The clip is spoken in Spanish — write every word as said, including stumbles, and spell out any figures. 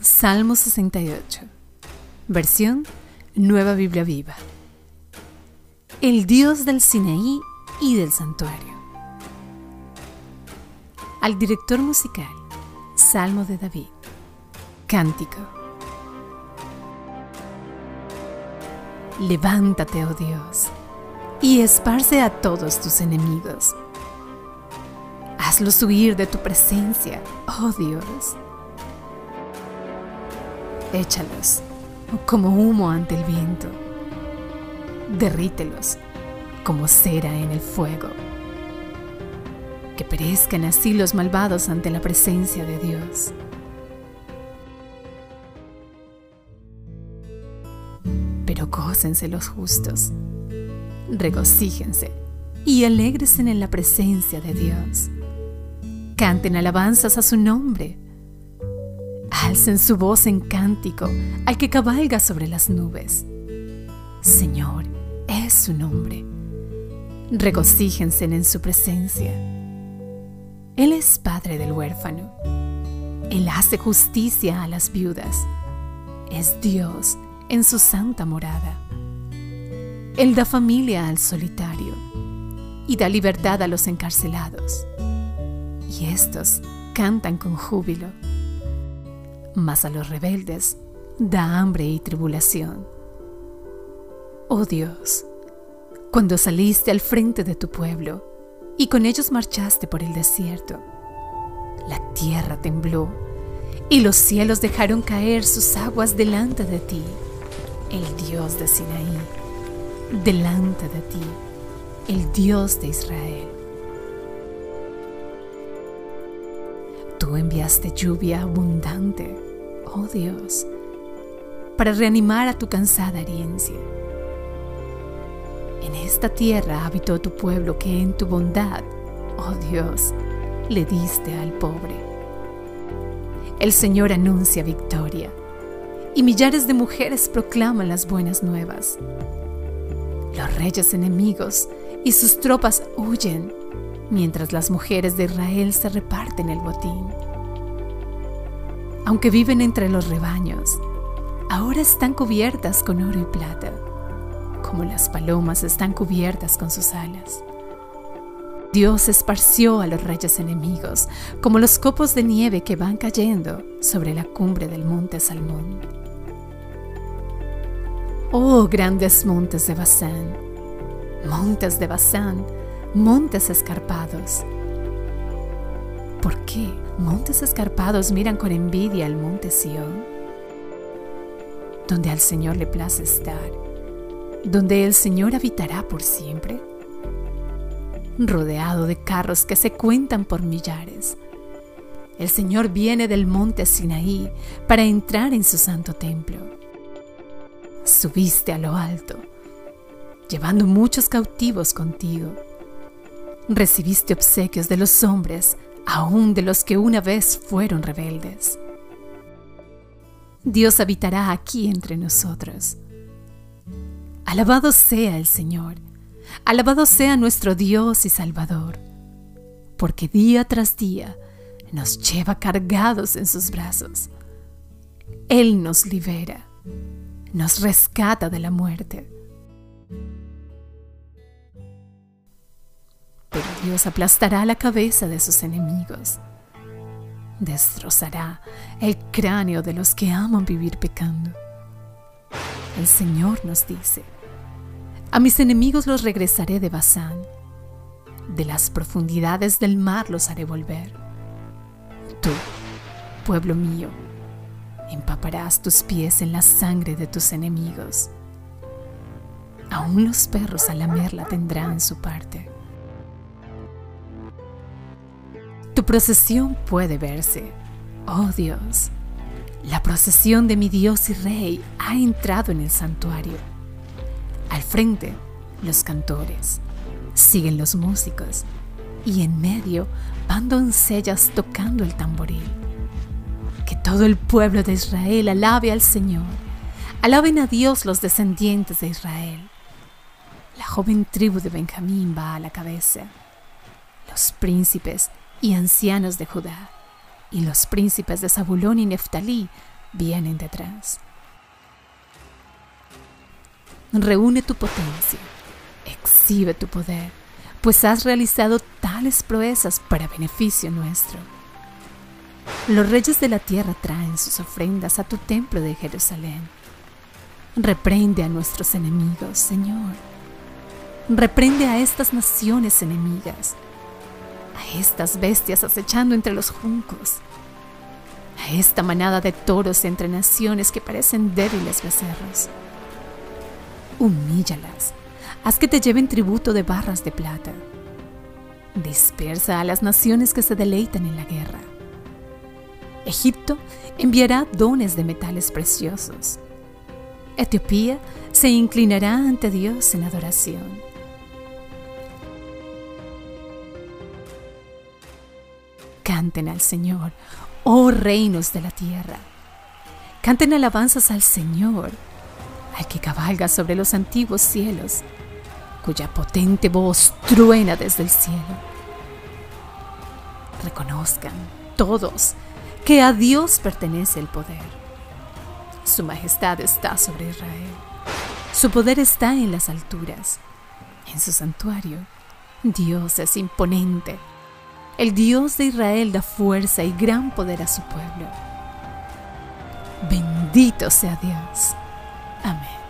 Salmo sesenta y ocho, versión Nueva Biblia Viva. El Dios del Sinaí y del santuario. Al director musical, Salmo de David. Cántico. Levántate, oh Dios, y esparce a todos tus enemigos. Hazlos huir de tu presencia, oh Dios. Échalos como humo ante el viento. Derrítelos como cera en el fuego. Que perezcan así los malvados ante la presencia de Dios. Pero gócense los justos, regocíjense y alégrese en la presencia de Dios. Canten alabanzas a su nombre. Alcen su voz en cántico al que cabalga sobre las nubes. Señor es su nombre. Regocíjense en su presencia. Él es padre del huérfano. Él hace justicia a las viudas. Es Dios en su santa morada. Él da familia al solitario y da libertad a los encarcelados. Y estos cantan con júbilo. Mas a los rebeldes da hambre y tribulación. Oh Dios, cuando saliste al frente de tu pueblo y con ellos marchaste por el desierto, la tierra tembló y los cielos dejaron caer sus aguas delante de ti, el Dios de Sinaí, delante de ti, el Dios de Israel. Tú enviaste lluvia abundante, oh Dios, para reanimar a tu cansada herencia. En esta tierra habitó tu pueblo que en tu bondad, oh Dios, le diste al pobre. El Señor anuncia victoria y millares de mujeres proclaman las buenas nuevas. Los reyes enemigos y sus tropas huyen, mientras las mujeres de Israel se reparten el botín. Aunque viven entre los rebaños, ahora están cubiertas con oro y plata, como las palomas están cubiertas con sus alas. Dios esparció a los reyes enemigos, como los copos de nieve que van cayendo sobre la cumbre del monte Salmón. Oh grandes montes de Basán, montes de Basán, montes escarpados. ¿Por qué montes escarpados miran con envidia al monte Sión? Donde al Señor le place estar, donde el Señor habitará por siempre. Rodeado de carros que se cuentan por millares, el Señor viene del monte Sinaí para entrar en su santo templo. Subiste a lo alto, llevando muchos cautivos contigo. Recibiste obsequios de los hombres, aún de los que una vez fueron rebeldes. Dios habitará aquí entre nosotros. Alabado sea el Señor, alabado sea nuestro Dios y Salvador, porque día tras día nos lleva cargados en sus brazos. Él nos libera, nos rescata de la muerte. Pero Dios aplastará la cabeza de sus enemigos. Destrozará el cráneo de los que aman vivir pecando. El Señor nos dice: a mis enemigos los regresaré de Basán. De las profundidades del mar los haré volver. Tú, pueblo mío, empaparás tus pies en la sangre de tus enemigos. Aún los perros al lamerla tendrán su parte. Tu procesión puede verse, oh Dios. La procesión de mi Dios y Rey ha entrado en el santuario. Al frente, los cantores, siguen los músicos, y en medio van doncellas tocando el tamboril. Que todo el pueblo de Israel alabe al Señor. Alaben a Dios los descendientes de Israel. La joven tribu de Benjamín va a la cabeza. Los príncipes y ancianos de Judá, y los príncipes de Zabulón y Neftalí vienen detrás. Reúne tu potencia, exhibe tu poder, pues has realizado tales proezas para beneficio nuestro. Los reyes de la tierra traen sus ofrendas a tu templo de Jerusalén. Reprende a nuestros enemigos, Señor. Reprende a estas naciones enemigas, a estas bestias acechando entre los juncos, a esta manada de toros entre naciones que parecen débiles becerros. Humíllalas, haz que te lleven tributo de barras de plata. Dispersa a las naciones que se deleitan en la guerra. Egipto enviará dones de metales preciosos. Etiopía se inclinará ante Dios en adoración. Canten al Señor, oh reinos de la tierra. Canten alabanzas al Señor, al que cabalga sobre los antiguos cielos, cuya potente voz truena desde el cielo. Reconozcan todos que a Dios pertenece el poder. Su majestad está sobre Israel. Su poder está en las alturas. En su santuario, Dios es imponente. El Dios de Israel da fuerza y gran poder a su pueblo. Bendito sea Dios. Amén.